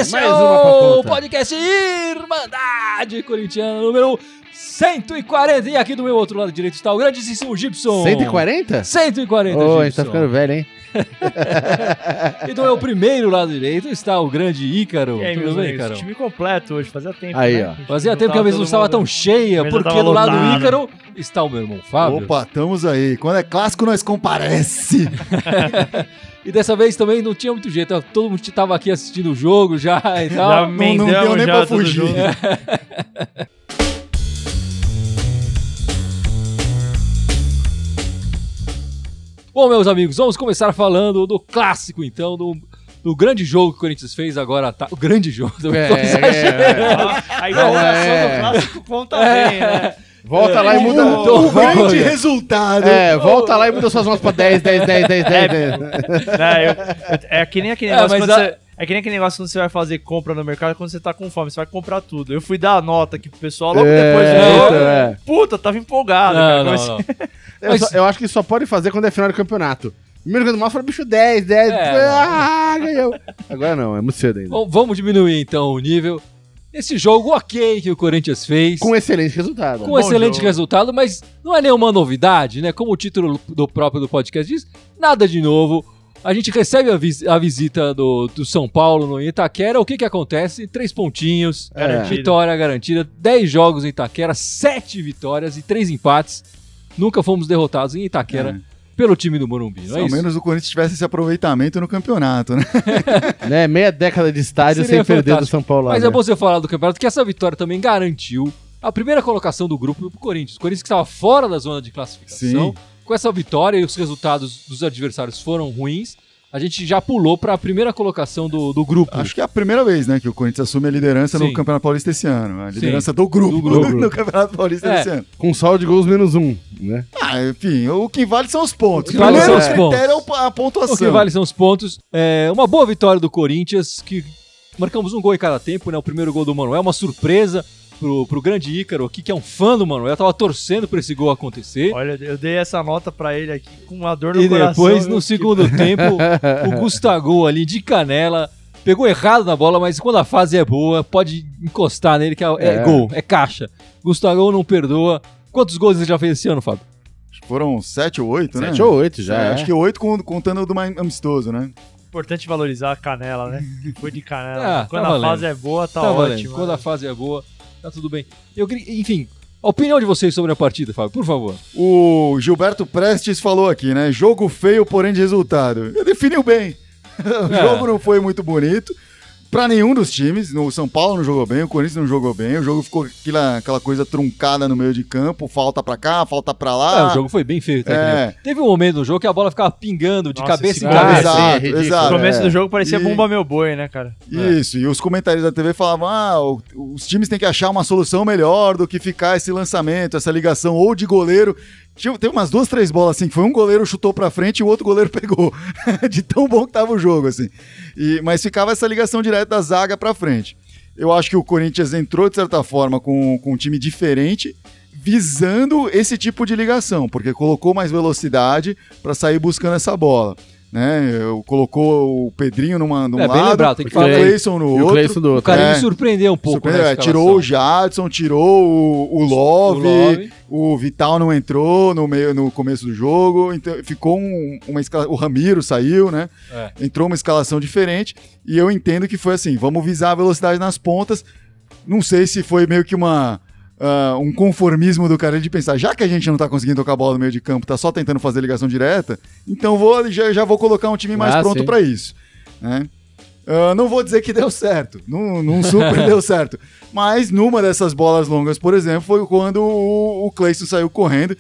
Esse mais é uma pra o conta. podcast Irmandade Corintiana, número 140. E aqui do meu outro lado direito está o grandíssimo Gibson. 140? 140, Ô, a gente Gibson. tá ficando velho, hein? E do meu primeiro lado direito está o grande Ícaro. E aí, Tudo meus bem, amigos? Ícaro? Time completo hoje, fazia tempo, Aí, né? ó. A gente Fazia não tempo que a tava mesa não todo estava mundo- tão cheia, a mesa porque tava do lado do lotada. Ícaro está o meu irmão Fábio. Opa, estamos aí. Quando é clássico, nós comparece. E dessa vez também não tinha muito jeito, todo mundo estava aqui assistindo o jogo já e Já tal. não emendamos deu nem já pra tudo fugir. junto. Bom, meus amigos, vamos começar falando do clássico, então, do grande jogo que o Corinthians fez agora. O grande jogo. A empolgação é. do clássico conta bem, né? Volta lá e muda. O grande Olha. resultado. Volta lá e muda suas notas pra 10, 10, 10, 10, 10, 10. É que nem aquele É, negócio mas quando a- você... É que nem aquele negócio quando você vai fazer compra no mercado, quando você tá com fome, você vai comprar tudo. Eu fui dar a nota aqui pro pessoal logo depois do jogo. é. Puta, tava empolgado, Não, cara. não, Comecei- não. Eu acho que só pode fazer quando é final de campeonato. Primeiro jogando mal, foi bicho 10, 10. Ganhou. Agora não, é muito cedo ainda. Bom, vamos diminuir então o nível. Esse jogo ok que o Corinthians fez, Com excelente resultado. com bom excelente jogo. resultado, mas não é nenhuma novidade, né? Como o título do próprio do podcast diz, nada de novo. A gente recebe a visita do São Paulo no Itaquera. O que que acontece? 3 pontinhos, Garantido. vitória garantida, 10 jogos em Itaquera, 7 vitórias e 3 empates. Nunca fomos derrotados em Itaquera pelo time do Morumbi, não Se é ao isso? menos o Corinthians tivesse esse aproveitamento no campeonato, né? Né? Meia década de estádio Seria sem perder do fantástico. São Paulo lá. Mas né? é bom você falar do campeonato, que essa vitória também garantiu a primeira colocação do grupo pro Corinthians. O Corinthians que estava fora da zona de classificação. Sim. Com essa vitória e os resultados dos adversários foram ruins, a gente já pulou para a primeira colocação do grupo. Acho que é a primeira vez, né, que o Corinthians assume a liderança Sim. no Campeonato Paulista esse ano. A liderança Sim. do grupo, Do grupo. no Campeonato Paulista É. esse ano. Com saldo de gols -1, né? Ah, enfim, o que vale são os pontos. O que vale Primeiro são os critério é a pontuação. O que vale são os pontos. Uma boa vitória do Corinthians, que marcamos um gol em cada tempo, né? O primeiro gol do Manuel, uma surpresa pro grande Ícaro aqui, que é um fã do Manuel, tava torcendo pra esse gol acontecer. Olha, eu dei essa nota pra ele aqui com uma dor no E coração. depois, viu? no segundo tempo, o Gustavo ali de canela, pegou errado na bola, mas quando a fase é boa, pode encostar nele, que é gol, é caixa. Gustavo não perdoa. Quantos gols ele já fez esse ano, Fábio? Acho que foram 7 ou 8, né? 7 ou 8 já. Acho que 8 contando do mais amistoso, né? Importante valorizar a canela, né? Que foi de canela. Ah, Quando tá a valendo. fase é boa, tá valendo. ótimo. Quando a fase é boa, tá tudo bem. Enfim, a opinião de vocês sobre a partida, Fábio, por favor. O Gilberto Prestes falou aqui, né? Jogo feio, porém de resultado. Ele definiu bem. O jogo não foi muito bonito pra nenhum dos times. No São Paulo não jogou bem, o Corinthians não jogou bem. O jogo ficou aquela coisa truncada no meio de campo, falta pra cá, falta pra lá. O jogo foi bem feio. Tá, É. que nem- Teve um momento no jogo que a bola ficava pingando de Nossa, cabeça esse em gol é cabeça. exato, ridículo. exato. No começo É. do jogo parecia E- bomba meu boi, né, cara? Isso, e os comentários da TV falavam: os times têm que achar uma solução melhor do que ficar esse lançamento, essa ligação ou de goleiro. Teve umas 2, 3 bolas assim, que foi um goleiro chutou pra frente e o outro goleiro pegou. De tão bom que tava o jogo, assim. Mas ficava essa ligação direta da zaga pra frente. Eu acho que o Corinthians entrou, de certa forma, com um time diferente, visando esse tipo de ligação, porque colocou mais velocidade pra sair buscando essa bola. Né? Colocou o Pedrinho num bem lado, lembrado, tem que o falar. Cleison no E o outro. Cleison do O outro. cara É. me surpreendeu um pouco. Surpreendeu, nessa tirou o escalação. Jadson, tirou o Love, Love. o Vital não entrou no começo do jogo, então ficou uma escalação. O Ramiro saiu, né? É. Entrou uma escalação diferente e eu entendo que foi assim: vamos visar a velocidade nas pontas. Não sei se foi meio que um conformismo do cara de pensar, já que a gente não tá conseguindo tocar a bola no meio de campo, tá só tentando fazer ligação direta, então já vou colocar um time mais pronto sim. pra isso. Né? Não vou dizer que deu certo, não super deu certo, mas numa dessas bolas longas, por exemplo, foi quando o Cleison saiu correndo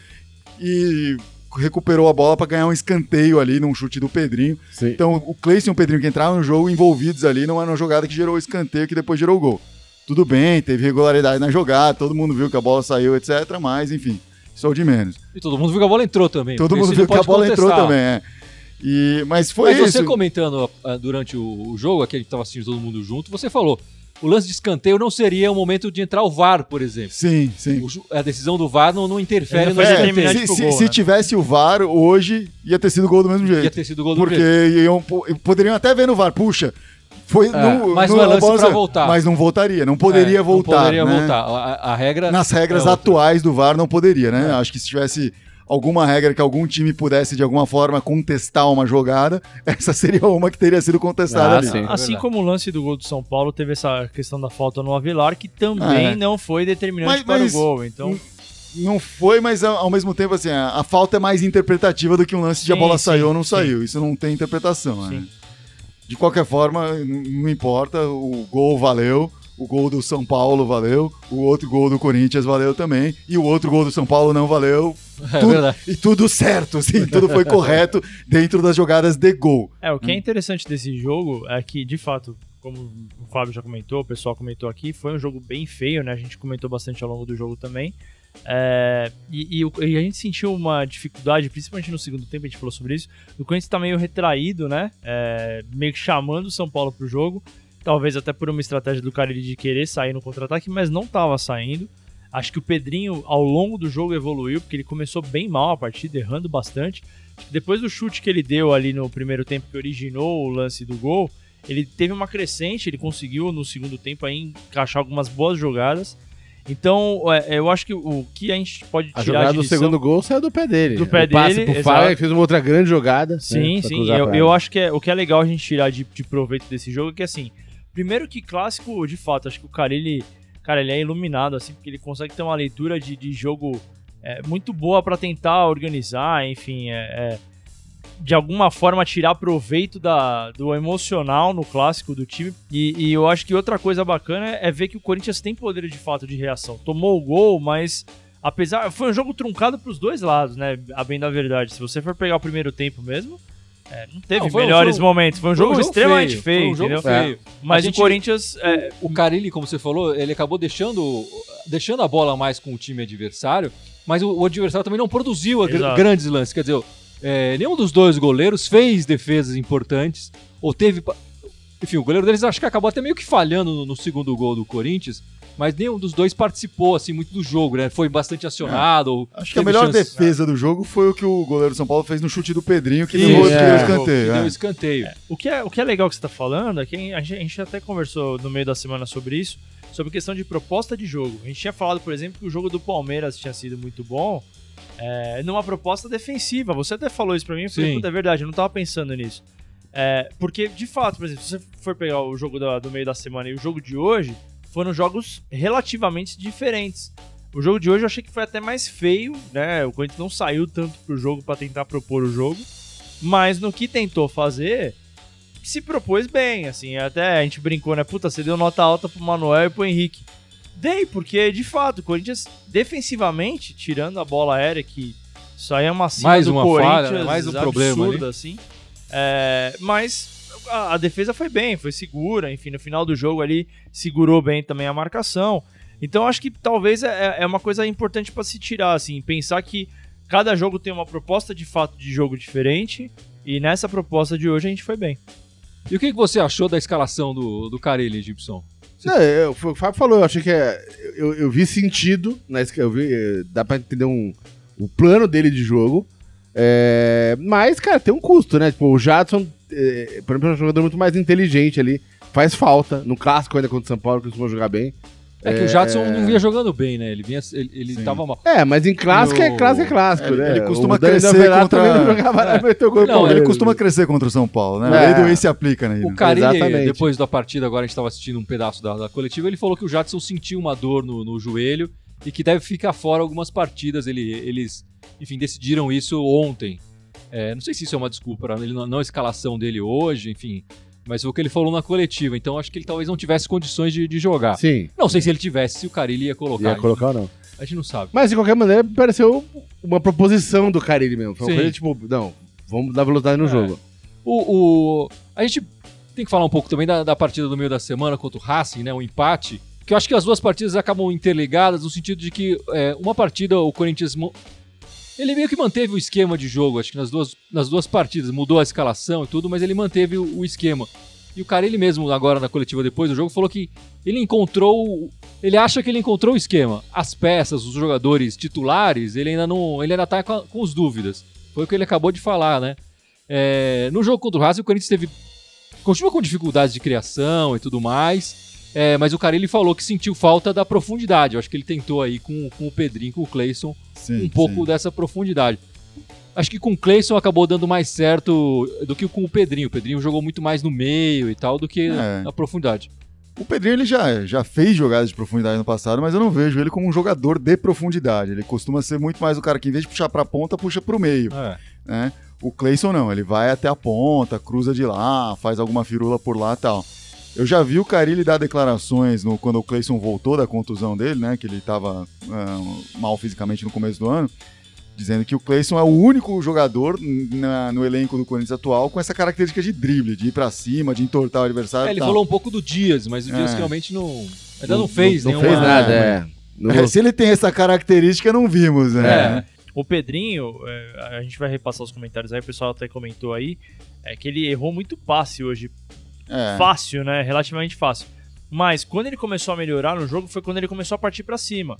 e recuperou a bola para ganhar um escanteio ali num chute do Pedrinho. Sim. Então o Cleison e o Pedrinho que entraram no jogo envolvidos ali numa jogada que gerou o escanteio que depois gerou o gol. Tudo bem, teve regularidade na jogada, todo mundo viu que a bola saiu, etc, mas enfim, isso é o de menos. E todo mundo viu que a bola entrou também. Todo porque mundo você viu não que a pode bola entrou contestar. também, Mas foi Mas isso. você comentando durante o jogo, aquele que estava assistindo todo mundo junto, você falou, o lance de escanteio não seria o momento de entrar o VAR, por exemplo. Sim, sim. A decisão do VAR não interfere Ele no foi escanteio. determinante pro gol, Se né? tivesse o VAR hoje, ia ter sido gol do mesmo jeito. Ia ter sido gol do Porque Pedro. poderiam até ver no VAR, puxa, Foi mas não é lance pra voltar. Mas não voltaria, não poderia voltar. Não poderia né? voltar. A regra. Nas regras atuais do VAR não poderia, né? Acho que se tivesse alguma regra que algum time pudesse de alguma forma contestar uma jogada, essa seria uma que teria sido contestada ali. Sim. Assim como o lance do gol do São Paulo, teve essa questão da falta no Avelar, que também não foi determinante para o gol. Então... Não foi, mas ao mesmo tempo, assim, a falta é mais interpretativa do que um lance de a bola saiu ou não saiu. Isso não tem interpretação, né? De qualquer forma, não importa, o gol valeu, o gol do São Paulo valeu, o outro gol do Corinthians valeu também, e o outro gol do São Paulo não valeu. E tudo certo, assim, tudo foi correto dentro das jogadas de gol. O que é interessante desse jogo é que, de fato, como o Fábio já comentou, o pessoal comentou aqui, foi um jogo bem feio, né? A gente comentou bastante ao longo do jogo também. E a gente sentiu uma dificuldade, principalmente no segundo tempo, a gente falou sobre isso. O Corinthians tá meio retraído, né? Meio que chamando o São Paulo pro jogo. Talvez até por uma estratégia do Carille de querer sair no contra-ataque, mas não tava saindo. Acho que o Pedrinho, ao longo do jogo, evoluiu, porque ele começou bem mal a partida, errando bastante. Depois do chute que ele deu ali no primeiro tempo, que originou o lance do gol, ele teve uma crescente, ele conseguiu no segundo tempo aí encaixar algumas boas jogadas. Então, eu acho que o que a gente pode tirar a jogada do segundo gol saiu do pé dele. Do pé dele, pro Fagner, que fez uma outra grande jogada. Sim, sim. Eu acho que o que é legal a gente tirar de proveito desse jogo é que, assim, primeiro que clássico, de fato, acho que o Carille, cara, ele é iluminado, assim, porque ele consegue ter uma leitura de jogo muito boa pra tentar organizar, enfim, de alguma forma tirar proveito do emocional no clássico do time. E eu acho que outra coisa bacana é ver que o Corinthians tem poder de fato de reação. Tomou o gol, mas foi um jogo truncado pros dois lados, né? A bem da verdade. Se você for pegar o primeiro tempo mesmo, não teve melhores momentos. Foi um jogo extremamente feio, foi um jogo entendeu? feio. Mas o Corinthians... O Carille, como você falou, ele acabou deixando a bola mais com o time adversário, mas o adversário também não produziu grandes lances. Quer dizer, nenhum dos dois goleiros fez defesas importantes, ou teve... Enfim, o goleiro deles acho que acabou até meio que falhando no segundo gol do Corinthians, mas nenhum dos dois participou assim muito do jogo, né? Foi bastante acionado. Acho que a melhor defesa do jogo foi o que o goleiro do São Paulo fez no chute do Pedrinho, que deu escanteio. Deu escanteio. O que é legal que você está falando é que a gente até conversou no meio da semana sobre isso, sobre questão de proposta de jogo. A gente tinha falado, por exemplo, que o jogo do Palmeiras tinha sido muito bom, numa proposta defensiva. Você até falou isso pra mim, eu falei, puta, é verdade, eu não tava pensando nisso. Porque, de fato, por exemplo, se você for pegar o jogo do meio da semana e o jogo de hoje, foram jogos relativamente diferentes. O jogo de hoje eu achei que foi até mais feio, né? O Corinthians não saiu tanto pro jogo pra tentar propor o jogo, mas no que tentou fazer, se propôs bem, assim. Até a gente brincou, né? Puta, você deu nota alta pro Manuel e pro Henrique. Dei, porque, de fato, o Corinthians, defensivamente, tirando a bola aérea, que isso aí é uma cima mais do uma Corinthians, falha, mais um absurda, problema ali. assim. Mas a defesa foi bem, foi segura, enfim, no final do jogo ali segurou bem também a marcação. Então acho que talvez é uma coisa importante para se tirar, assim, pensar que cada jogo tem uma proposta de fato de jogo diferente, e nessa proposta de hoje a gente foi bem. E o que você achou da escalação do Carille, Gibson? O Fábio falou, eu achei que eu vi sentido, dá pra entender o plano dele de jogo, mas, cara, tem um custo, né? Tipo, o Jadson, por exemplo, é um jogador muito mais inteligente ali, faz falta, no clássico ainda contra o São Paulo, que costumou jogar bem. Que o Jadson não vinha jogando bem, né? Ele tava mal. Mas em clássico é clássico, né? Ele costuma crescer contra... ele costuma crescer contra o São Paulo, né? A lei do ex se aplica nele. O Carille, depois da partida, agora a gente tava assistindo um pedaço da coletiva, ele falou que o Jadson sentiu uma dor no joelho e que deve ficar fora algumas partidas. Eles, enfim, decidiram isso ontem. Não sei se isso é uma desculpa para ele, não a escalação dele hoje, enfim... Mas foi o que ele falou na coletiva, então acho que ele talvez não tivesse condições de jogar. Sim. Não sei se ele tivesse, se o Carille ia colocar. Ia colocar ou não. A gente não sabe. Mas de qualquer maneira, pareceu uma proposição do Carille mesmo. Foi uma coisa tipo, não, vamos dar velocidade no jogo. A gente tem que falar um pouco também da partida do meio da semana contra o Racing, né? Um empate. Que eu acho que as duas partidas acabam interligadas no sentido de que uma partida o Corinthians... Ele meio que manteve o esquema de jogo, acho que nas duas partidas, mudou a escalação e tudo, mas ele manteve o esquema. E o cara, ele mesmo, agora na coletiva depois do jogo, falou que ele acha que ele encontrou o esquema. As peças, os jogadores titulares, ele ainda tá com as dúvidas. Foi o que ele acabou de falar, né? No jogo contra o Racing, o Corinthians teve continua com dificuldades de criação e tudo mais, mas o Carille falou que sentiu falta da profundidade. Eu acho que ele tentou aí com o Pedrinho, com o Cleison, um pouco dessa profundidade. Acho que com o Cleison acabou dando mais certo do que com o Pedrinho. O Pedrinho jogou muito mais no meio e tal do que na profundidade. O Pedrinho ele já fez jogadas de profundidade no passado, mas eu não vejo ele como um jogador de profundidade. Ele costuma ser muito mais o cara que, em vez de puxar pra ponta, puxa pro meio. Né? O Cleison não, ele vai até a ponta, cruza de lá, faz alguma firula por lá e tal. Eu já vi o Carille dar declarações quando o Cleison voltou da contusão dele, né, que ele estava mal fisicamente no começo do ano, dizendo que o Cleison é o único jogador no elenco do Corinthians atual com essa característica de drible, de ir pra cima, de entortar o adversário. Ele falou um pouco do Dias, mas o Dias realmente não fez nenhuma... Não fez nada, Se ele tem essa característica, não vimos, né? O Pedrinho, a gente vai repassar os comentários aí, o pessoal até comentou aí, que ele errou muito passe hoje. Fácil, né? Relativamente fácil. Mas quando ele começou a melhorar no jogo foi quando ele começou a partir pra cima.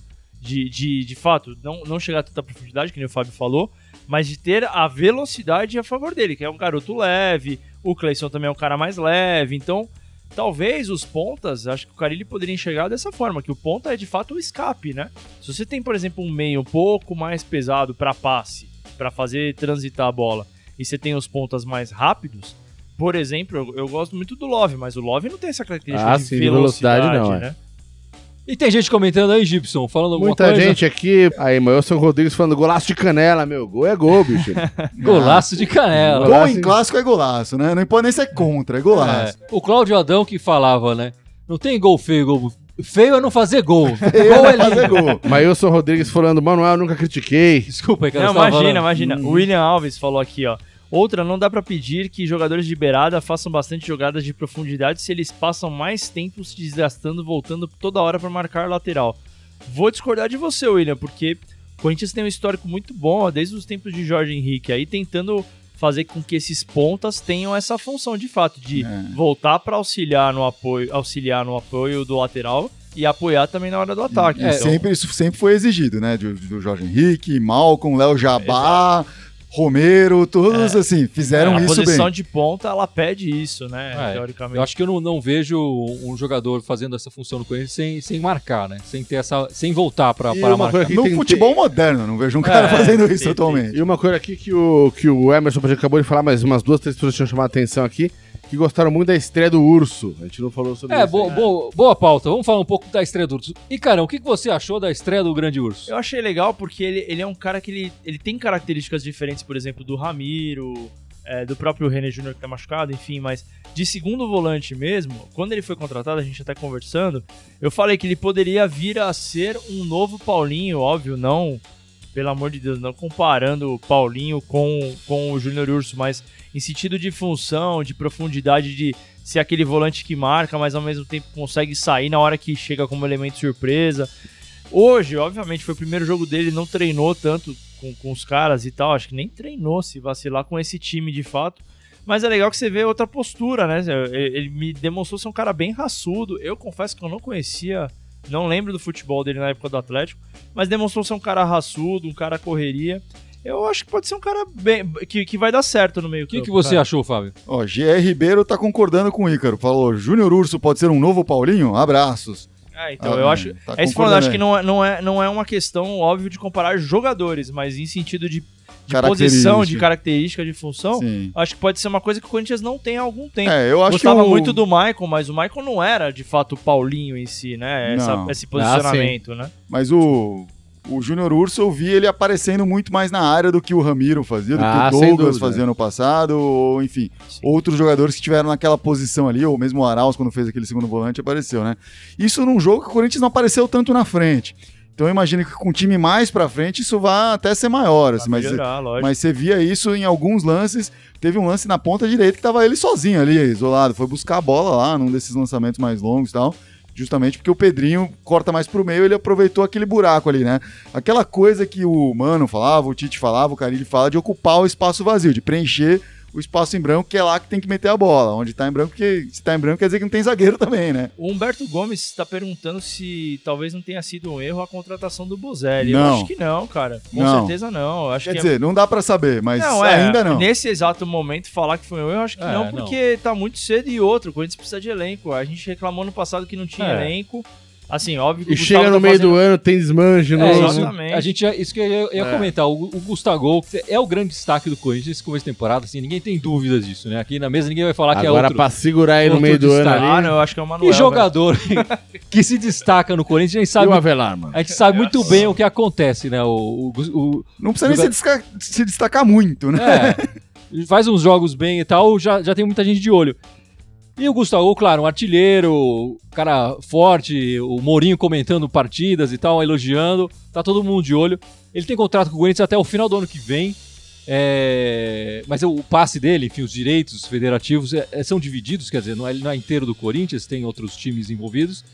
De fato, não chegar a tanta profundidade, que nem o Fábio falou, mas de ter a velocidade a favor dele, que é um garoto leve, o Cleison também é um cara mais leve, então talvez os pontas, acho que o Carille poderia enxergar dessa forma, que o ponta é de fato o escape, né? Se você tem, por exemplo, um meio um pouco mais pesado para passe, para fazer transitar a bola, e você tem os pontas mais rápidos, por exemplo, eu gosto muito do Love, mas o Love não tem essa característica de velocidade não, né? E tem gente comentando aí, Gibson, falando alguma coisa? Muita gente aqui. Aí, Wilson Rodrigues falando golaço de canela, meu. Gol é gol, bicho. Golaço de canela. Gol em clássico é golaço, né? Não pode nem ser contra, é golaço. O Cláudio Adão que falava, né? Não tem gol feio, gol feio é não fazer gol. Gol é fazer gol. Wilson Rodrigues falando, Manuel, nunca critiquei. Desculpa aí, cara. Não, imagina. O William Alves falou aqui, ó. Outra, não dá pra pedir que jogadores de beirada façam bastante jogadas de profundidade se eles passam mais tempo se desgastando, voltando toda hora pra marcar lateral. Vou discordar de você, William, porque o Corinthians tem um histórico muito bom, ó, desde os tempos de Jorge Henrique, aí tentando fazer com que esses pontas tenham essa função de fato, de voltar pra auxiliar no apoio do lateral e apoiar também na hora do ataque. Isso sempre foi exigido, né? Do Jorge Henrique, Malcom, Léo Jabá... Romero, todos assim, fizeram isso bem. A posição de ponta, ela pede isso, né, teoricamente. Eu acho que eu não vejo um jogador fazendo essa função no Corinthians sem marcar, né, sem voltar para marcar. No futebol moderno, não vejo um cara fazendo isso atualmente. E uma coisa aqui que o Emerson acabou de falar, mas umas 2, 3 pessoas tinham chamado a atenção aqui, que gostaram muito da estreia do Urso. A gente não falou sobre isso. Boa pauta. Vamos falar um pouco da estreia do Urso. E, Carão, o que você achou da estreia do Grande Urso? Eu achei legal porque ele é um cara que ele tem características diferentes, por exemplo, do Ramiro, do próprio René Júnior que tá machucado, enfim, mas de segundo volante mesmo, quando ele foi contratado, a gente até conversando, eu falei que ele poderia vir a ser um novo Paulinho, óbvio, não, pelo amor de Deus, não comparando o Paulinho com o Júnior Urso, mas em sentido de função, de profundidade, de ser aquele volante que marca, mas ao mesmo tempo consegue sair na hora que chega como elemento surpresa. Hoje, obviamente, foi o primeiro jogo dele, não treinou tanto com os caras e tal, acho que nem treinou, se vacilar com esse time de fato, mas é legal que você vê outra postura, né? Ele me demonstrou ser um cara bem raçudo, eu confesso que eu não conhecia, não lembro do futebol dele na época do Atlético, mas demonstrou ser um cara raçudo, um cara correria. Eu acho que pode ser um cara que vai dar certo no meio campo. O que você achou, Fábio? Ó, G.R. Ribeiro tá concordando com o Ícaro. Falou, Júnior Urso pode ser um novo Paulinho? Abraços. Então, eu acho... Tá falando, acho que não é uma questão, óbvio, de comparar jogadores, mas em sentido de posição, de característica, de função, acho que pode ser uma coisa que o Corinthians não tem há algum tempo. Eu acho Gostava muito do Maicon, mas o Maicon não era, de fato, o Paulinho em si, né? Esse posicionamento, né? Mas o Júnior Urso, eu vi ele aparecendo muito mais na área do que o Ramiro fazia, do que o Douglas fazia no passado, ou enfim, outros jogadores que estiveram naquela posição ali, ou mesmo o Arauz, quando fez aquele segundo volante, apareceu, né? Isso num jogo que o Corinthians não apareceu tanto na frente. Então eu imagino que com um time mais pra frente isso vai até ser maior, assim, mas você via isso em alguns lances. Teve um lance na ponta direita que tava ele sozinho ali, isolado, foi buscar a bola lá num desses lançamentos mais longos e tal. Justamente porque o Pedrinho corta mais pro meio, ele aproveitou aquele buraco ali, né? Aquela coisa que o Mano falava, o Tite falava, o Carille fala, de ocupar o espaço vazio, de preencher o espaço em branco, que é lá que tem que meter a bola. Onde tá em branco, porque se tá em branco quer dizer que não tem zagueiro também, né? O Humberto Gomes está perguntando se talvez não tenha sido um erro a contratação do Bozelli. Não. Eu acho que não, cara. Com certeza não. Eu acho Quer dizer, não dá pra saber, mas ainda não. Nesse exato momento, falar que foi um erro, eu acho que não, porque tá muito cedo e outro. O Corinthians precisa de elenco. A gente reclamou no passado que não tinha elenco. Assim, óbvio que e chega no meio do ano, tem desmanche novo. Exatamente. Isso que eu ia comentar. O Gustavo é o grande destaque do Corinthians nesse começo de temporada. Assim, ninguém tem dúvidas disso, né? Aqui na mesa ninguém vai falar que é outro. Agora, pra segurar aí no meio do ano ali... eu acho que é o Manuel. E jogador que se destaca no Corinthians, a gente sabe... E o Avelar, mano? A gente sabe muito bem o que acontece, né? Não precisa nem se destacar muito, né? Faz uns jogos bem e tal, já tem muita gente de olho. E o Gustavo, claro, um artilheiro, cara forte, o Mourinho comentando partidas e tal, elogiando, tá todo mundo de olho. Ele tem contrato com o Corinthians até o final do ano que vem, mas o passe dele, enfim, os direitos federativos são divididos, quer dizer, não é inteiro do Corinthians, tem outros times envolvidos.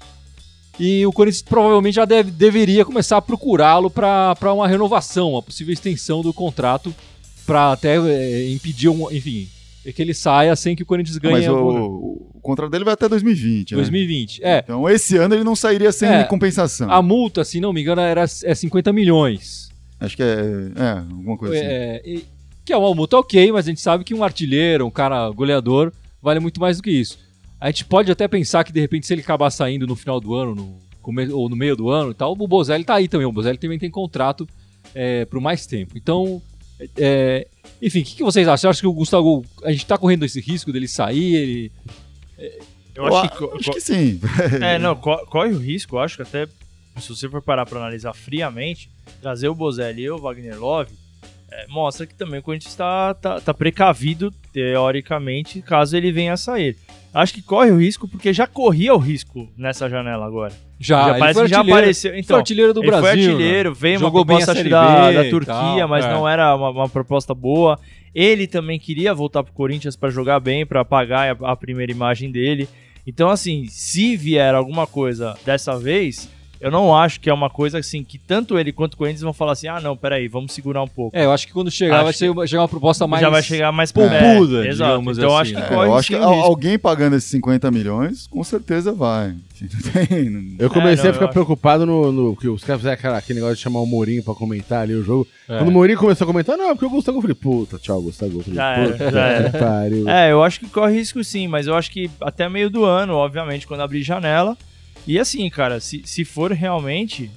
E o Corinthians provavelmente já deveria começar a procurá-lo para uma renovação, uma possível extensão do contrato, para até impedir, enfim... que ele saia sem que o Corinthians ganhe. Mas o contrato dele vai até 2020, 2020, né? Então esse ano ele não sairia sem compensação. A multa, se não me engano, é 50 milhões. Acho que alguma coisa assim. Que é uma multa ok, mas a gente sabe que um artilheiro, um cara goleador, vale muito mais do que isso. A gente pode até pensar que, de repente, se ele acabar saindo no final do ano, ou no meio do ano e tal, o Bozelli tá aí também. O Bozelli também tem contrato por mais tempo. Então... enfim, o que vocês acham? Você acha que o Gustavo, a gente tá correndo esse risco dele sair? Eu acho que sim. Corre o risco, eu acho que até se você for parar pra analisar friamente, trazer o Bozelli e o Wagner Love mostra que também o Corinthians tá precavido, teoricamente, caso ele venha a sair. Acho que corre o risco porque já corria o risco nessa janela agora. Já apareceu. Então, foi artilheiro do Brasil. Foi artilheiro, veio jogou uma proposta bem da Turquia, tal, mas não era uma proposta boa. Ele também queria voltar pro Corinthians para jogar bem, para pagar a primeira imagem dele. Então, assim, se vier alguma coisa dessa vez, eu não acho que é uma coisa assim que tanto ele quanto o Corinthians vão falar assim, não, peraí, vamos segurar um pouco. Eu acho que quando chegar vai chegar uma proposta mais... Já vai chegar mais pompuda, digamos então, assim. Eu acho que alguém pagando esses 50 milhões, com certeza vai. Eu comecei a ficar preocupado no que os caras fizeram aquele negócio de chamar o Mourinho pra comentar ali o jogo. Quando o Mourinho começou a comentar, não, porque o Gustavo, eu falei, puta, tchau, Gustavo. Já era. Eu acho que corre risco sim, mas eu acho que até meio do ano, obviamente, quando abrir janela. E assim, cara, se for realmente,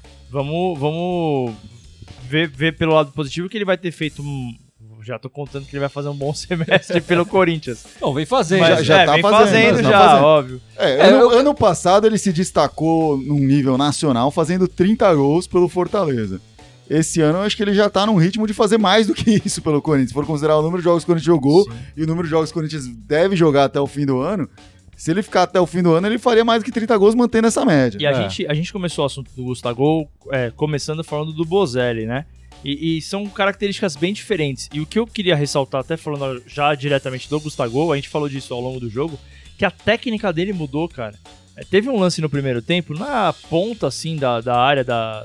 vamos ver pelo lado positivo que ele vai ter feito já tô contando que ele vai fazer um bom semestre pelo Corinthians. Não, vem fazendo. Já tá fazendo, óbvio. Ano passado ele se destacou num nível nacional fazendo 30 gols pelo Fortaleza. Esse ano eu acho que ele já tá num ritmo de fazer mais do que isso pelo Corinthians. Se for considerar o número de jogos que o Corinthians jogou e o número de jogos que o Corinthians deve jogar até o fim do ano, se ele ficar até o fim do ano, ele faria mais do que 30 gols mantendo essa média. E a gente começou o assunto do Gustavo começando falando do Bozelli, né? E são características bem diferentes. E o que eu queria ressaltar, até falando já diretamente do Gustavo, a gente falou disso ao longo do jogo, que a técnica dele mudou, cara. Teve um lance no primeiro tempo, na ponta, assim, da área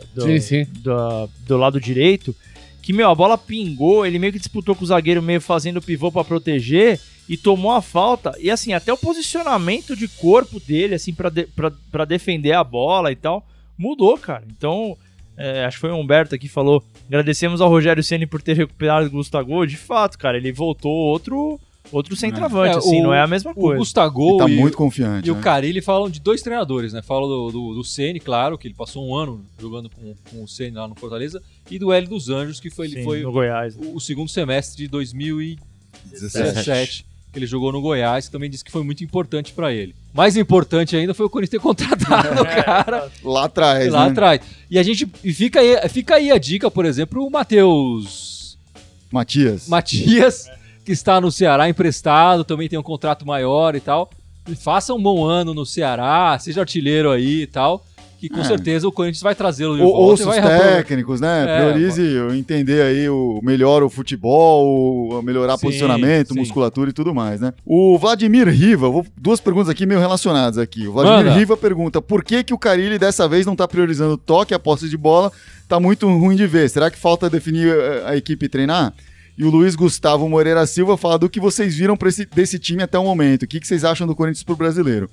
do lado direito, que, a bola pingou, ele meio que disputou com o zagueiro, meio fazendo pivô pra proteger, e tomou a falta. E, assim, até o posicionamento de corpo dele, assim, pra defender a bola e tal, mudou, cara. Então... acho que foi o Humberto aqui que falou, agradecemos ao Rogério Ceni por ter recuperado o Gustavo. De fato, cara, ele voltou outro centroavante, assim, não é a mesma coisa. O Gustavo tá muito confiante, e o Carille falam de dois treinadores, né? Falam do Ceni, claro, que ele passou um ano jogando com o Ceni lá no Fortaleza, e do Hélio dos Anjos, que foi no Goiás, o segundo semestre de 2017. Que ele jogou no Goiás, que também disse que foi muito importante pra ele. Mais importante ainda foi o Corinthians ter contratado o cara. Lá atrás, Lá atrás. E fica aí a dica, por exemplo, o Matheus... Matias, que está no Ceará emprestado, também tem um contrato maior e tal. Faça um bom ano no Ceará, seja artilheiro aí e tal. Que com certeza o Corinthians vai trazê-lo de volta. Ouça os técnicos, né? Priorize entender aí melhor o futebol, melhorar posicionamento, musculatura e tudo mais, né? O Vladimir Riva, duas perguntas aqui meio relacionadas aqui. O Vladimir Riva pergunta, por que o Carille dessa vez não tá priorizando o toque, a posse de bola? Tá muito ruim de ver. Será que falta definir a equipe e treinar? E o Luiz Gustavo Moreira Silva fala do que vocês viram desse time até o momento. O que vocês acham do Corinthians pro brasileiro?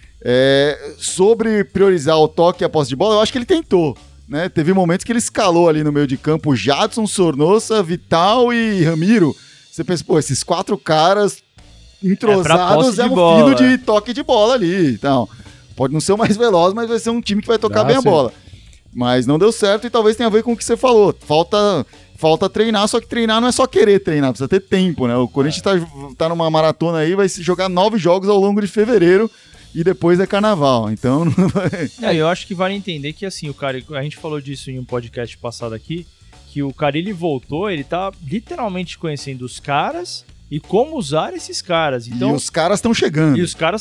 Sobre priorizar o toque e a posse de bola, eu acho que ele tentou. Né? Teve momentos que ele escalou ali no meio de campo Jadson, Sornosa, Vital e Ramiro. Você pensa, pô, esses 4 caras entrosados é um fino de toque de bola ali. Então, pode não ser o mais veloz, mas vai ser um time que vai tocar bem a bola. Mas não deu certo e talvez tenha a ver com o que você falou. Falta treinar, só que treinar não é só querer treinar, precisa ter tempo, né? O Corinthians tá numa maratona aí, vai jogar 9 jogos ao longo de fevereiro e depois é carnaval, então não vai... Eu acho que vale entender que, assim, a gente falou disso em um podcast passado aqui, que o Carille voltou, ele tá literalmente conhecendo os caras e como usar esses caras. Então, e os caras estão chegando.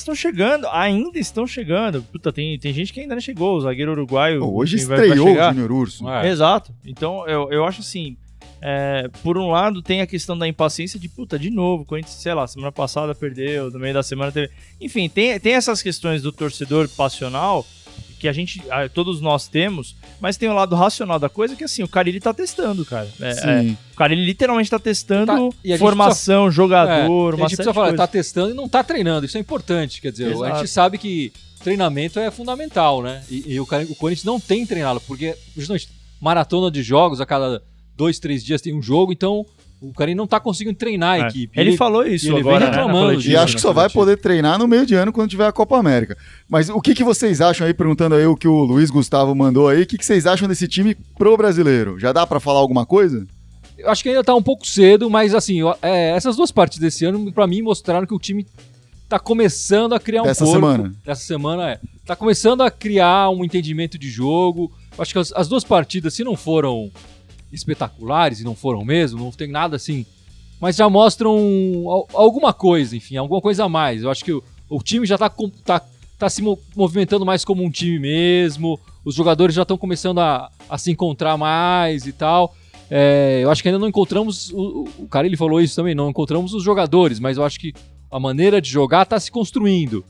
Ainda estão chegando. Puta, tem gente que ainda não chegou, o zagueiro uruguaio... Hoje estreou o Júnior Urso. Exato. Então, eu acho assim... por um lado, tem a questão da impaciência de novo, o Corinthians, sei lá, semana passada perdeu, no meio da semana teve... Enfim, tem essas questões do torcedor passional que todos nós temos, mas tem o lado racional da coisa que, assim, o Carille tá testando, cara. O Carille literalmente tá testando formação, jogador, uma série de precisa falar, coisas. Tá testando e não tá treinando, isso é importante, quer dizer, a gente sabe que treinamento é fundamental, né? E o Corinthians não tem treinado, porque justamente maratona de jogos a cada 2-3 dias tem um jogo, então o Carille não tá conseguindo treinar a equipe. Ele falou isso agora, vem reclamando disso, e acho que só vai poder treinar no meio de ano quando tiver a Copa América. Mas o que vocês acham aí, perguntando aí o que o Luiz Gustavo mandou aí, o que vocês acham desse time pro brasileiro? Já dá pra falar alguma coisa? Eu acho que ainda tá um pouco cedo, mas assim, essas 2 partidas desse ano, pra mim, mostraram que o time tá começando a criar Dessa semana, tá começando a criar um entendimento de jogo. Eu acho que as 2 partidas, se não foram espetaculares, e não foram mesmo, não tem nada assim, mas já mostram alguma coisa, enfim, alguma coisa a mais. Eu acho que o time já tá se movimentando mais como um time mesmo, os jogadores já estão começando a se encontrar mais e tal. Eu acho que ainda não encontramos, o Carille falou isso também, não encontramos os jogadores, mas eu acho que a maneira de jogar tá se construindo.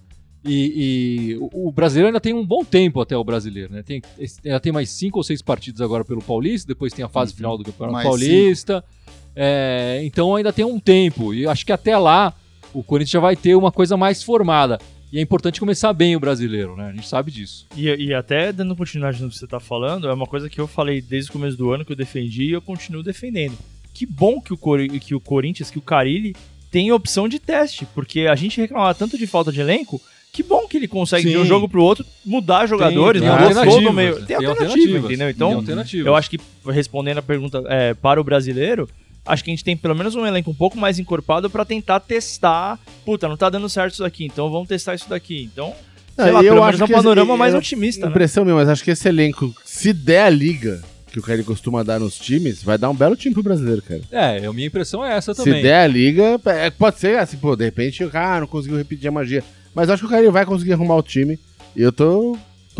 E o brasileiro ainda tem um bom tempo até o brasileiro, né? Ainda tem mais 5 ou 6 partidas agora pelo Paulista, depois tem a fase final do Campeonato Paulista. Então ainda tem um tempo. E acho que até lá o Corinthians já vai ter uma coisa mais formada. E é importante começar bem o brasileiro, né? A gente sabe disso. E até dando continuidade no que você tá falando, é uma coisa que eu falei desde o começo do ano, que eu defendi e eu continuo defendendo. Que bom que o Corinthians, que o Carille tem opção de teste, porque a gente reclamava tanto de falta de elenco. Que bom que ele consegue de um jogo pro outro mudar jogadores, mudar todo meio. Tem alternativa, entendeu? Então, eu acho que respondendo a pergunta para o brasileiro, acho que a gente tem pelo menos um elenco um pouco mais encorpado para tentar testar. Puta, não tá dando certo isso daqui, então vamos testar isso daqui. Então, sei lá, pelo menos um panorama mais otimista. Impressão minha, mas acho que esse elenco, se der a liga que o Carille costuma dar nos times, vai dar um belo time pro brasileiro, cara. A minha impressão é essa também. Se der a liga, pode ser assim, pô, de repente o cara não conseguiu repetir a magia. Mas eu acho que o Carille vai conseguir arrumar o time. E eu tô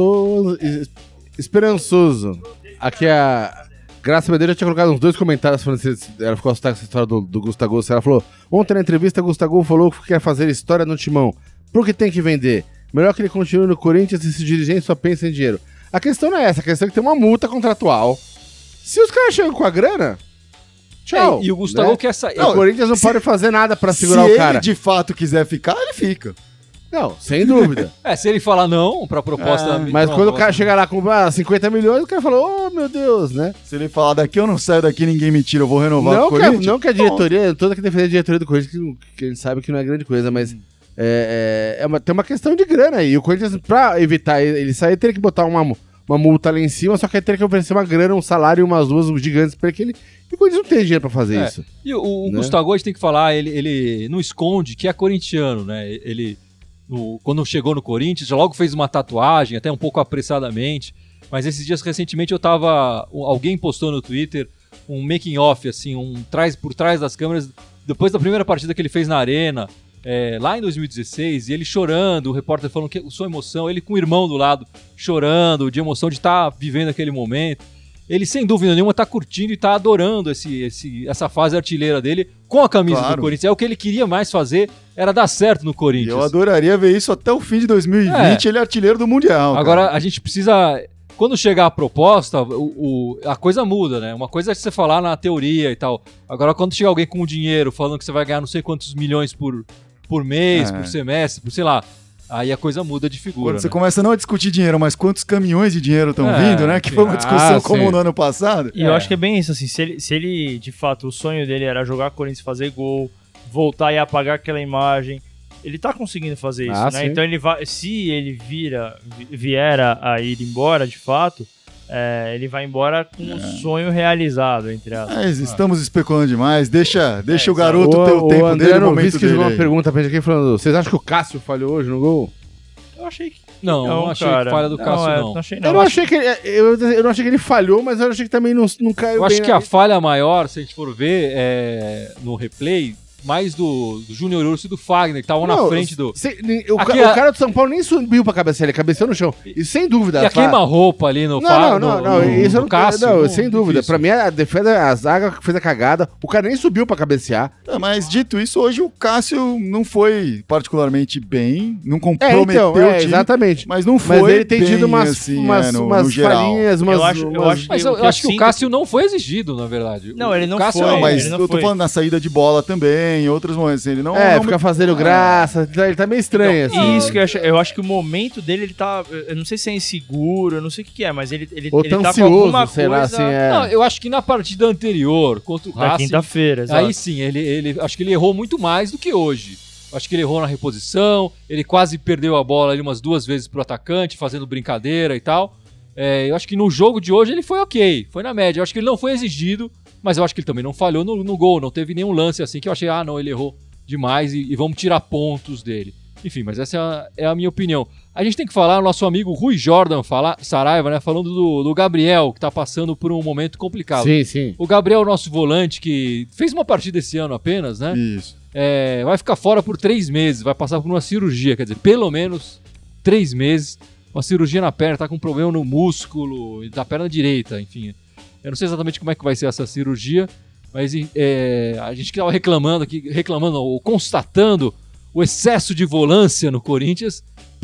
esperançoso. Aqui a Graça Medeiros já tinha colocado uns 2 comentários falando se ela ficou assustada com essa história do Gustavo. Ela falou, ontem na entrevista, Gustavo falou que quer fazer história no timão. Por que tem que vender? Melhor que ele continue no Corinthians e se dirigente só pensa em dinheiro. A questão não é essa, a questão é que tem uma multa contratual. Se os caras chegam com a grana... Tchau. E o Gustavo quer sair. Não, o Corinthians não pode fazer nada pra segurar o cara. Se ele de fato quiser ficar, ele fica. Não, sem dúvida. Se ele falar não pra proposta... mas quando o cara chegar lá com 50 milhões, o cara falou, oh, meu Deus, né? Se ele falar, daqui eu não saio daqui, ninguém me tira, eu vou renovar com o Corinthians. Não que a diretoria, toda que defender a diretoria do Corinthians, que a gente sabe que não é grande coisa, mas tem uma questão de grana aí. O Corinthians, pra evitar ele sair, teria que botar uma multa lá em cima, só que aí teria que oferecer uma grana, um salário e umas 2 gigantes pra ele. E o Corinthians não tem dinheiro pra fazer isso. E o Gustavo, a gente tem que falar, ele não esconde que é corintiano, né? Quando chegou no Corinthians, já logo fez uma tatuagem, até um pouco apressadamente, mas esses dias recentemente alguém postou no Twitter um making off, assim, por trás das câmeras, depois da primeira partida que ele fez na Arena, lá em 2016, e ele chorando, o repórter falando que sua emoção, ele com o irmão do lado, chorando, de emoção de estar vivendo aquele momento. Ele, sem dúvida nenhuma, tá curtindo e tá adorando essa fase artilheira dele com a camisa do Corinthians. É o que ele queria mais fazer, era dar certo no Corinthians. Eu adoraria ver isso até o fim de 2020, ele é artilheiro do Mundial. Agora, a gente precisa quando chegar a proposta, a coisa muda, né? Uma coisa é você falar na teoria e tal. Agora, quando chegar alguém com dinheiro falando que você vai ganhar não sei quantos milhões por mês, por semestre, por sei lá, aí a coisa muda de figura. Quando você começa não a discutir dinheiro, mas quantos caminhões de dinheiro estão vindo, né? Que foi uma discussão comum no ano passado. E eu acho que é bem isso, assim, se ele, de fato, o sonho dele era jogar Corinthians, fazer gol, voltar e apagar aquela imagem, ele tá conseguindo fazer isso, né? Sim. Então ele vai, se ele vier a ir embora, de fato, ele vai embora com um sonho realizado, entre aspas. Mas estamos especulando demais, deixa o garoto ter o tempo André dele, o não momento fez dele uma aí. pergunta pra gente aqui falando, vocês acham que o Cássio falhou hoje no gol? Eu achei que Não achei que falha do Cássio, não. Não achei, Eu não achei que eu não achei que ele falhou, mas eu achei que também não caiu Eu bem. acho que a falha maior, se a gente for ver, no replay, mais do Júnior Urso e do Fagner, que estavam na frente do... O cara do São Paulo nem subiu pra cabecear, ele cabeceou no chão. E sem dúvida. E a queima-roupa ali no Fagner, Não, isso eu não Cássio. Não, sem dúvida. Difícil. Pra mim, a defesa, a zaga fez a cagada. O cara nem subiu pra cabecear. Mas dito isso, hoje o Cássio não foi particularmente bem, não comprometeu o time, exatamente. mas não foi Mas ele tem bem, tido umas assim, no geral. Eu Falinhas, acho Mas eu acho que o Cássio não foi exigido, na verdade. Não, ele não Cássio foi. Não, mas ele não eu tô foi. falando na saída de bola também, em outros momentos. Ele não. fica fazendo graça. Ele tá meio estranho, assim. E isso que eu acho que o momento dele, ele tá. Eu não sei se é inseguro, eu não sei o que é, mas ele Ou ele tá tá com ansioso, alguma sei coisa. lá, assim, Não, eu acho que na partida anterior, contra o Na Racing, quinta-feira, exato. aí sim, ele acho que ele errou muito mais do que hoje. Acho que ele errou na reposição, ele quase perdeu a bola ali umas 2 vezes pro atacante, fazendo brincadeira e tal. Eu acho que no jogo de hoje ele foi ok, foi na média. Eu acho que ele não foi exigido, mas eu acho que ele também não falhou no gol, não teve nenhum lance assim que eu achei, não, ele errou demais e vamos tirar pontos dele. Enfim, mas essa é a minha opinião. A gente tem que falar, o nosso amigo Rui Jordan Saraiva, né, falando do Gabriel, que tá passando por um momento complicado. Sim. O Gabriel, nosso volante, que fez uma partida esse ano apenas, né? Isso. Vai ficar fora por 3 meses, vai passar por uma cirurgia, quer dizer, pelo menos 3 meses, uma cirurgia na perna, tá com um problema no músculo da perna direita, enfim. Eu não sei exatamente como é que vai ser essa cirurgia, mas a gente que estava reclamando ou constatando o excesso de volância no Corinthians,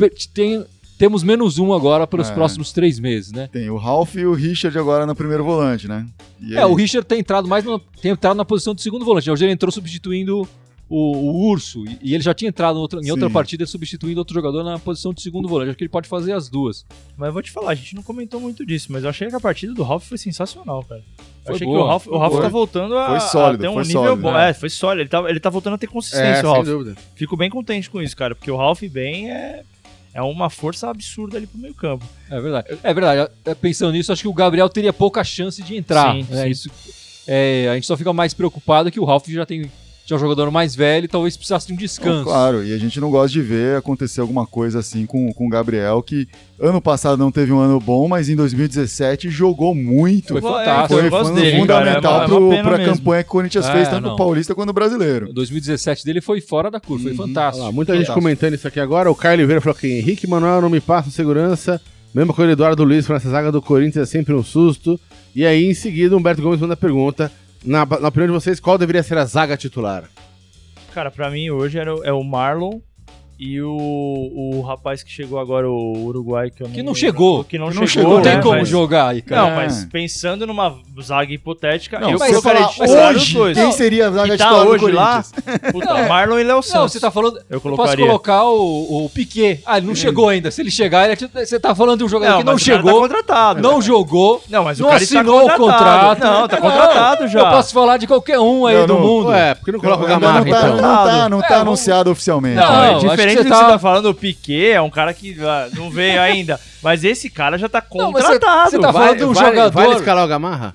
temos -1 agora para os próximos 3 meses, né? Tem o Ralf e o Richard agora no primeiro volante, né? O Richard tem entrado na posição de segundo volante. Hoje ele entrou substituindo o Urso, e ele já tinha entrado em outra partida substituindo outro jogador na posição de segundo volante. Acho que ele pode fazer as duas. Mas eu vou te falar, a gente não comentou muito disso, mas eu achei que a partida do Ralf foi sensacional, cara. Eu achei boa, que o Ralf tá voltando a ter um nível bom. Foi sólido. Ele tá voltando a ter consistência, o Ralf. Sem dúvida. Fico bem contente com isso, cara, porque o Ralf bem é uma força absurda ali pro meio campo. É verdade. Pensando nisso, acho que o Gabriel teria pouca chance de entrar. Sim, né? sim. Isso, a gente só fica mais preocupado que o Ralf já é um jogador mais velho e talvez precisasse de um descanso. Claro, e a gente não gosta de ver acontecer alguma coisa assim com o Gabriel, que ano passado não teve um ano bom, mas em 2017 jogou muito. Foi fantástico. Eu gosto dele, fundamental cara, pra mesmo. campanha que o Corinthians fez, tanto no Paulista quanto no Brasileiro. O 2017 dele foi fora da curva, foi fantástico. Muita gente comentando isso aqui agora. O Caio Oliveira falou que Henrique Manuel não me passa segurança. Mesmo com o Eduardo Luiz, para essa zaga do Corinthians é sempre um susto. E aí, em seguida, o Humberto Gomes manda a pergunta. Na opinião de vocês, qual deveria ser a zaga titular? Cara, pra mim hoje é o Marlon e o rapaz que chegou agora, o Uruguai, que eu não chegou. Que não chegou, chegou. Não tem né, como mas... jogar aí, cara. Não, mas pensando numa zaga hipotética, Não, eu mas colocaria falar titular os hoje, dois. quem seria a zaga Que tá titular do hoje lá? Corinthians? Puta, Marlon e Léo Santos. Não, você tá falando. Eu Posso colocaria. colocar o Piquet. Ele não chegou ainda. Se ele chegar, você tá falando de um jogador que não mas o cara chegou, tá contratado. não jogou, Não, mas o não cara está assinou o contratado. contrato. Não, tá contratado já. Eu posso falar de qualquer um aí Não, do não. mundo. Por que não coloca o Ainda Gamarra, não tá, então? não tá vamos- anunciado oficialmente. Não, Não, é acho que diferente você do que você tá- tá falando, o Piquet é um cara que não veio ainda. Mas esse cara já tá Não, mas contratado. você tá falando de um jogador. Vai escalar o Gamarra?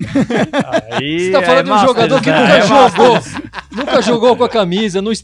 Aí Você tá falando de um jogador que nunca jogou. Nunca jogou com a camisa, não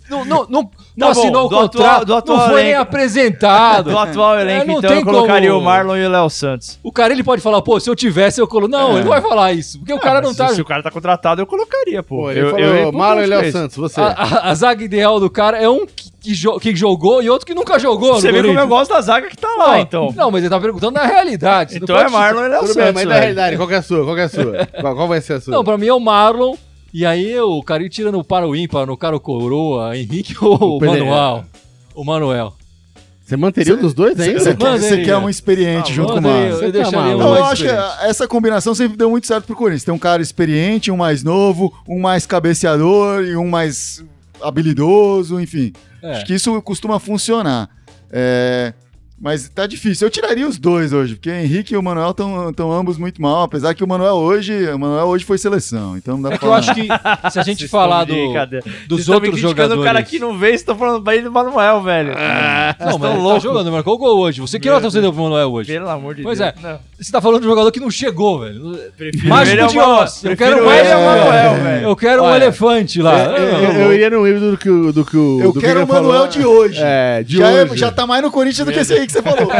Tá bom, assinou o do atual- contrato, do atual não foi nem elenco. apresentado. Do atual elenco, não então tem eu colocaria como- o Marlon e o Léo Santos. O cara, ele pode falar, pô, se eu tivesse, eu coloco. Não, ele não vai falar isso, porque o cara não tá... Se o cara tá contratado, eu colocaria, pô. Pô, ele eu falou Marlon e Léo Santos. Santos, você. A zaga ideal do cara é um que jogou e outro que nunca jogou. Você no vê como eu Corinthians. gosto da zaga que tá lá, Não, então. Não, mas ele tá perguntando na realidade. Você não Então pode- é Marlon e Léo Tudo Santos. bem, mas na velho. realidade, qual que é a sua? Qual vai ser a sua? Não, pra mim é o Marlon. E aí o cara tirando para o ímpar, no cara o Coroa, Henrique ou o Pelé. Manuel. O Manuel. Você manteria um dos dois ainda? Você quer um experiente junto com o Marlon. Eu deixaria um Não, eu mais acho que essa combinação sempre deu muito certo pro Corinthians. Tem um cara experiente, um mais novo, um mais cabeceador e um mais habilidoso, enfim. Acho que isso costuma funcionar. Mas tá difícil. Eu tiraria os dois hoje, porque o Henrique e o Manuel estão ambos muito mal, apesar que o Manuel hoje foi seleção, então não dá pra falar. Eu acho que se a gente falar dos outros jogadores... o cara que não veio, vocês estão falando bem do Manuel, velho. Não, mas ele tá jogando, marcou o gol hoje. Você que nota você deu pro Manuel hoje? Pelo amor de Pois Deus. é. Você tá falando de um jogador que não chegou, velho. Mágico de Oz. Eu quero mais Manuel, velho. Eu quero um elefante lá. Eu iria no híbrido do que o... Eu quero o Manuel de hoje. Hoje. Já tá mais no Corinthians do que esse aí que você falou.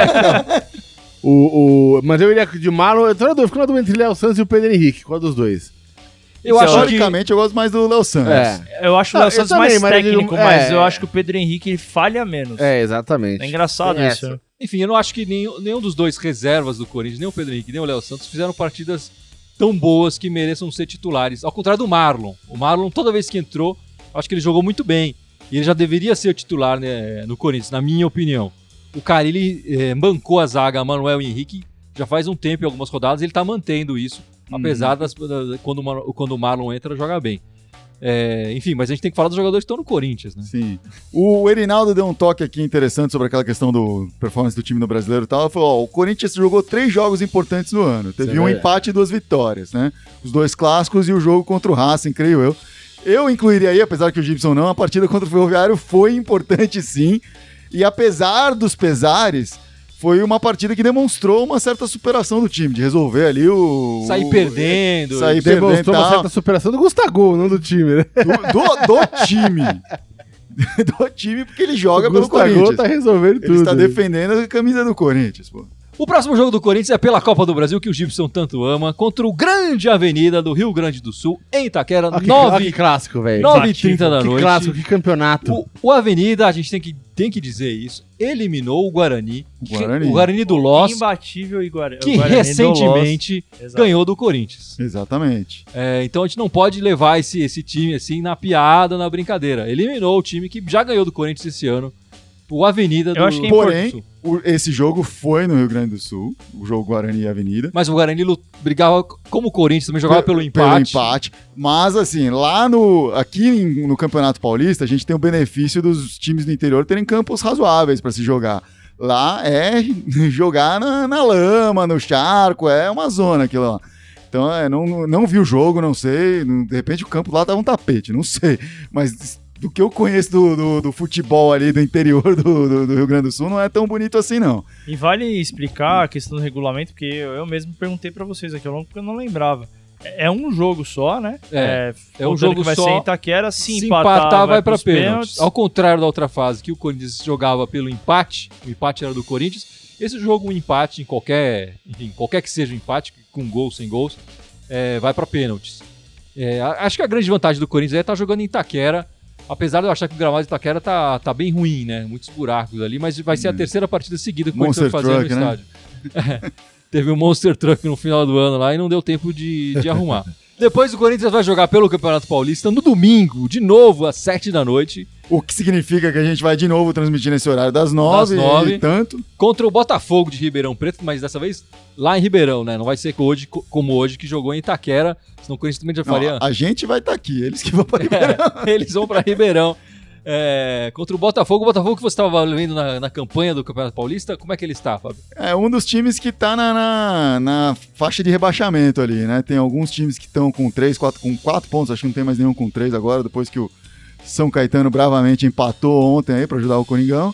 Mas eu iria de Marlon. Eu tô na dúvida, fico na dúvida entre Léo Santos e o Pedro Henrique. Qual dos dois? Eu acho que... Historicamente, eu gosto mais do Léo Santos. Eu acho o Léo Santos também, mais mas ele técnico, não- mas eu acho que o Pedro Henrique ele falha menos. Exatamente. É engraçado Tem isso. essa. né? Enfim, eu não acho que nenhum dos dois reservas do Corinthians, nem o Pedro Henrique, nem o Léo Santos, fizeram partidas tão boas que mereçam ser titulares. Ao contrário do Marlon. O Marlon, toda vez que entrou, acho que ele jogou muito bem. E ele já deveria ser o titular, né, no Corinthians, na minha opinião. O Carille bancou a zaga Manuel e Henrique já faz um tempo, em algumas rodadas, ele tá mantendo isso, apesar quando o Marlon entra, joga bem. Enfim, mas a gente tem que falar dos jogadores que estão no Corinthians, né? Sim. O Erinaldo deu um toque aqui interessante sobre aquela questão do performance do time no Brasileiro e tal. Ele falou, o Corinthians jogou 3 jogos importantes no ano. Teve um empate e 2 vitórias, né? Os 2 clássicos e o jogo contra o Racing, creio eu. Eu incluiria aí, apesar que o Gibson não, a partida contra o Ferroviário foi importante sim. E apesar dos pesares, foi uma partida que demonstrou uma certa superação do time, de resolver ali Sair perdendo. Demonstrou uma certa superação do Gustavo, não do time, né? Do time. Do time, porque ele joga pelo Corinthians. Tá resolvendo tudo. Ele está defendendo a camisa do Corinthians, pô. O próximo jogo do Corinthians é pela Copa do Brasil, que o Gibson tanto ama, contra o Grande Avenida do Rio Grande do Sul, em Itaquera, que clássico, velho. 9h30 da noite. Que clássico, que campeonato. O Avenida, a gente tem que dizer isso, eliminou o Guarani. O Guarani do Loss, Imbatível e Guarani. que recentemente ganhou do Corinthians. Exatamente. Então a gente não pode levar esse time assim na piada, na brincadeira. Eliminou o time que já ganhou do Corinthians esse ano. O Avenida do acho que é Porto do Porém, Sul. esse jogo foi no Rio Grande do Sul, o jogo Guarani e Avenida. Mas o Guarani brigava como o Corinthians, também jogava pelo empate. Mas assim, aqui no Campeonato Paulista, a gente tem o benefício dos times do interior terem campos razoáveis para se jogar. Lá é jogar na lama, no charco, é uma zona aquilo lá. Então, não vi o jogo, não sei. De repente o campo lá tava um tapete, não sei. Mas do que eu conheço do futebol ali do interior do Rio Grande do Sul, não é tão bonito assim, não. E vale explicar a questão do regulamento, porque eu mesmo perguntei pra vocês aqui ao longo, porque eu não lembrava. É um jogo só, né? É um jogo que vai só. ser em Itaquera, se empatar vai pra pros pênaltis. Ao contrário da outra fase, que o Corinthians jogava pelo empate, o empate era do Corinthians. Esse jogo, um empate, qualquer que seja o empate, com gols, sem gols, vai pra pênaltis. Acho que a grande vantagem do Corinthians é estar jogando em Itaquera, apesar de eu achar que o gramado de Itaquera tá bem ruim, né? Muitos buracos ali, mas vai ser a terceira partida seguida que o Corinthians vai fazer no estádio. Teve um Monster Truck no final do ano lá e não deu tempo de arrumar. Depois o Corinthians vai jogar pelo Campeonato Paulista no domingo, de novo, às 7 da noite. O que significa que a gente vai de novo transmitir nesse horário das 9 e tanto. Contra o Botafogo de Ribeirão Preto, mas dessa vez lá em Ribeirão, né? Não vai ser como hoje, que jogou em Itaquera, senão o Corinthians também já faria... A gente vai estar aqui, eles que vão para Ribeirão. Eles vão para Ribeirão. Contra o Botafogo que você estava vendo na campanha do Campeonato Paulista, como é que ele está, Fábio? É um dos times que está na faixa de rebaixamento ali, né? Tem alguns times que estão com 4 pontos, acho que não tem mais nenhum com 3 agora, depois que o São Caetano bravamente empatou ontem aí para ajudar o Coringão.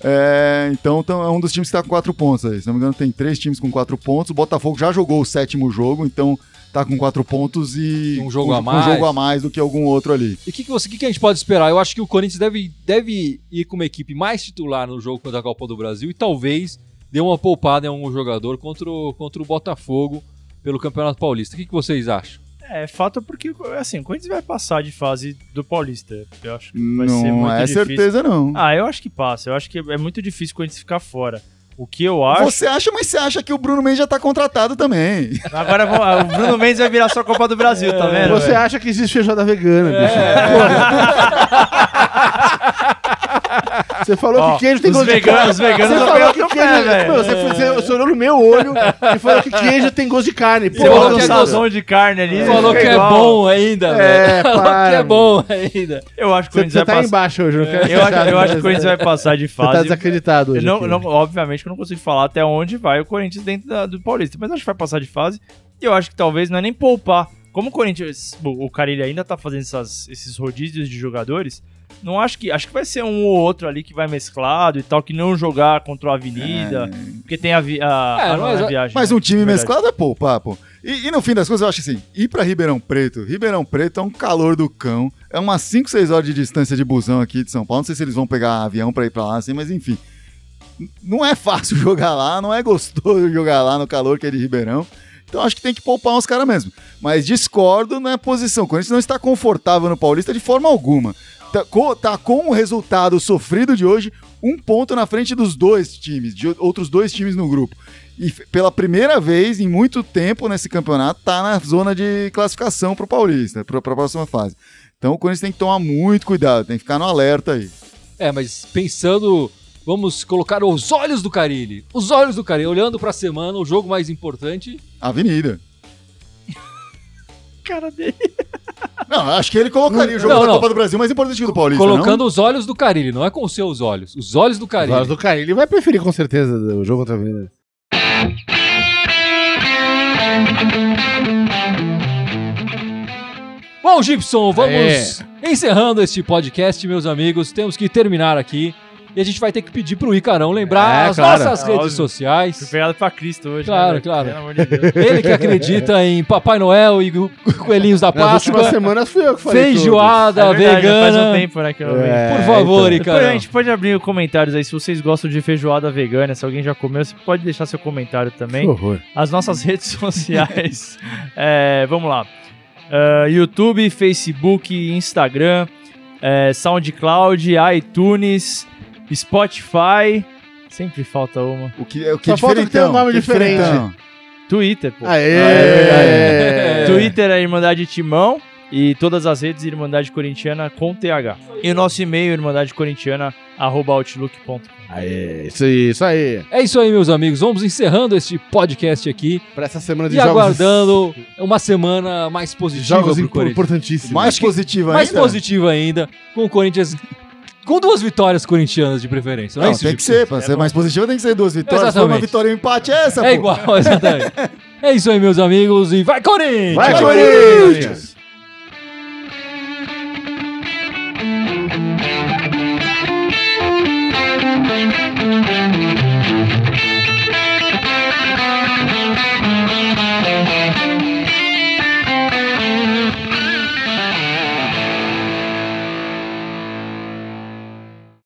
Então é um dos times que está com 4 pontos aí. Se não me engano, tem 3 times com 4 pontos. O Botafogo já jogou o 7º jogo, então tá com 4 pontos e um jogo a mais do que algum outro ali. E o que a gente pode esperar? Eu acho que o Corinthians deve ir com uma equipe mais titular no jogo contra a Copa do Brasil e talvez dê uma poupada em algum jogador contra o Botafogo pelo Campeonato Paulista. O que vocês acham? Fato porque, assim, o Corinthians vai passar de fase do Paulista. Eu acho que vai ser muito difícil. Não é certeza, não. Eu acho que passa. Eu acho que é muito difícil o Corinthians ficar fora. O que eu acho... Você acha que o Bruno Mendes já tá contratado também. Agora o Bruno Mendes vai virar só a Copa do Brasil, tá vendo? Você acha que existe feijoada vegana, bicho. Você falou que queijo tem gosto de carne. Os veganos Você vão falou pegar que o teu pé, velho. você olhou no meu olho e falou que queijo tem gosto de carne. Você falou que é Deus. sazão de carne ali. Falou que é igual. bom ainda, velho. Falou que para, é bom ainda. Eu acho que o Você Corinthians vai tá passar. embaixo hoje, eu não quero Eu acho que o Corinthians vai passar de Você tá fase. desacreditado hoje. aqui. Obviamente que eu não consigo falar até onde vai o Corinthians dentro do Paulista, mas acho que vai passar de fase. E eu acho que talvez não é nem poupar. Como o Corinthians, o Carille ainda tá fazendo esses rodízios de jogadores, não acho que vai ser um ou outro ali que vai mesclado e tal, que não jogar contra o Avenida, porque tem a viagem. Mas né? um time Verdade. mesclado é poupar, pô. E no fim das coisas, eu acho assim, ir pra Ribeirão Preto é um calor do cão, é umas 5, 6 horas de distância de busão aqui de São Paulo, não sei se eles vão pegar avião pra ir pra lá, assim, mas enfim. Não é fácil jogar lá, não é gostoso jogar lá no calor que é de Ribeirão. Então acho que tem que poupar uns caras mesmo. Mas discordo na posição. O Corinthians não está confortável no Paulista de forma alguma. Tá com o resultado sofrido de hoje, 1 ponto na frente dos dois times, de outros 2 times no grupo. E pela primeira vez em muito tempo nesse campeonato, tá na zona de classificação pro Paulista, pra próxima fase. Então o Corinthians tem que tomar muito cuidado, tem que ficar no alerta aí. Mas pensando, vamos colocar os olhos do Carille. Os olhos do Carille, olhando pra semana, o jogo mais importante. Avenida. Cara dele. Não, acho que ele colocaria o jogo Não, da não. Copa do Brasil mais importante que o do Paulista, Colocando os olhos do Carille, não é com os seus olhos. Os olhos do Os Carille. olhos do Caio, ele vai preferir com certeza o jogo contra a Avenida. Bom, Gibson, vamos encerrando este podcast, meus amigos. Temos que terminar aqui. E a gente vai ter que pedir pro Icarão lembrar as claro. nossas redes Óbvio. sociais. Fui pegado pra Cristo hoje. Claro, né, velho? claro. Pelo amor de Deus. Ele que acredita em Papai Noel e coelhinhos da Nas últimas Páscoa. semanas fui eu que falei Feijoada É verdade, já faz um vegana. tempo, né, que eu vi. Por favor, Depois a Icarão. gente pode abrir comentários aí, se vocês gostam de feijoada vegana, se alguém já comeu, você pode deixar seu comentário também. tudo. Que horror. As nossas redes sociais, vamos lá. YouTube, Facebook, Instagram, SoundCloud, iTunes, Spotify, sempre falta uma. O que é Só falta que tenha um nome diferente. Twitter, pô. Aê! Twitter é Irmandade Timão e todas as redes Irmandade Corintiana com TH. E o nosso e-mail irmandadecorintiana@outlook.com. Aê, isso aí. É isso aí, meus amigos. Vamos encerrando este podcast aqui Pra essa semana de e jogos. aguardando uma semana mais positiva Jogos pro Corinthians. importantíssimos. Mais positivo Mais ainda? positiva ainda, com o Corinthians com 2 vitórias corintianas de preferência. Não, é Não, isso, tem que Gibson? ser, pra ser mais positivo tem que ser 2 vitórias. Se for Exatamente. uma vitória e um empate, é essa, É pô. igual, exatamente. É isso aí, meus amigos, e vai, Corinthians! Vai, Corinthians!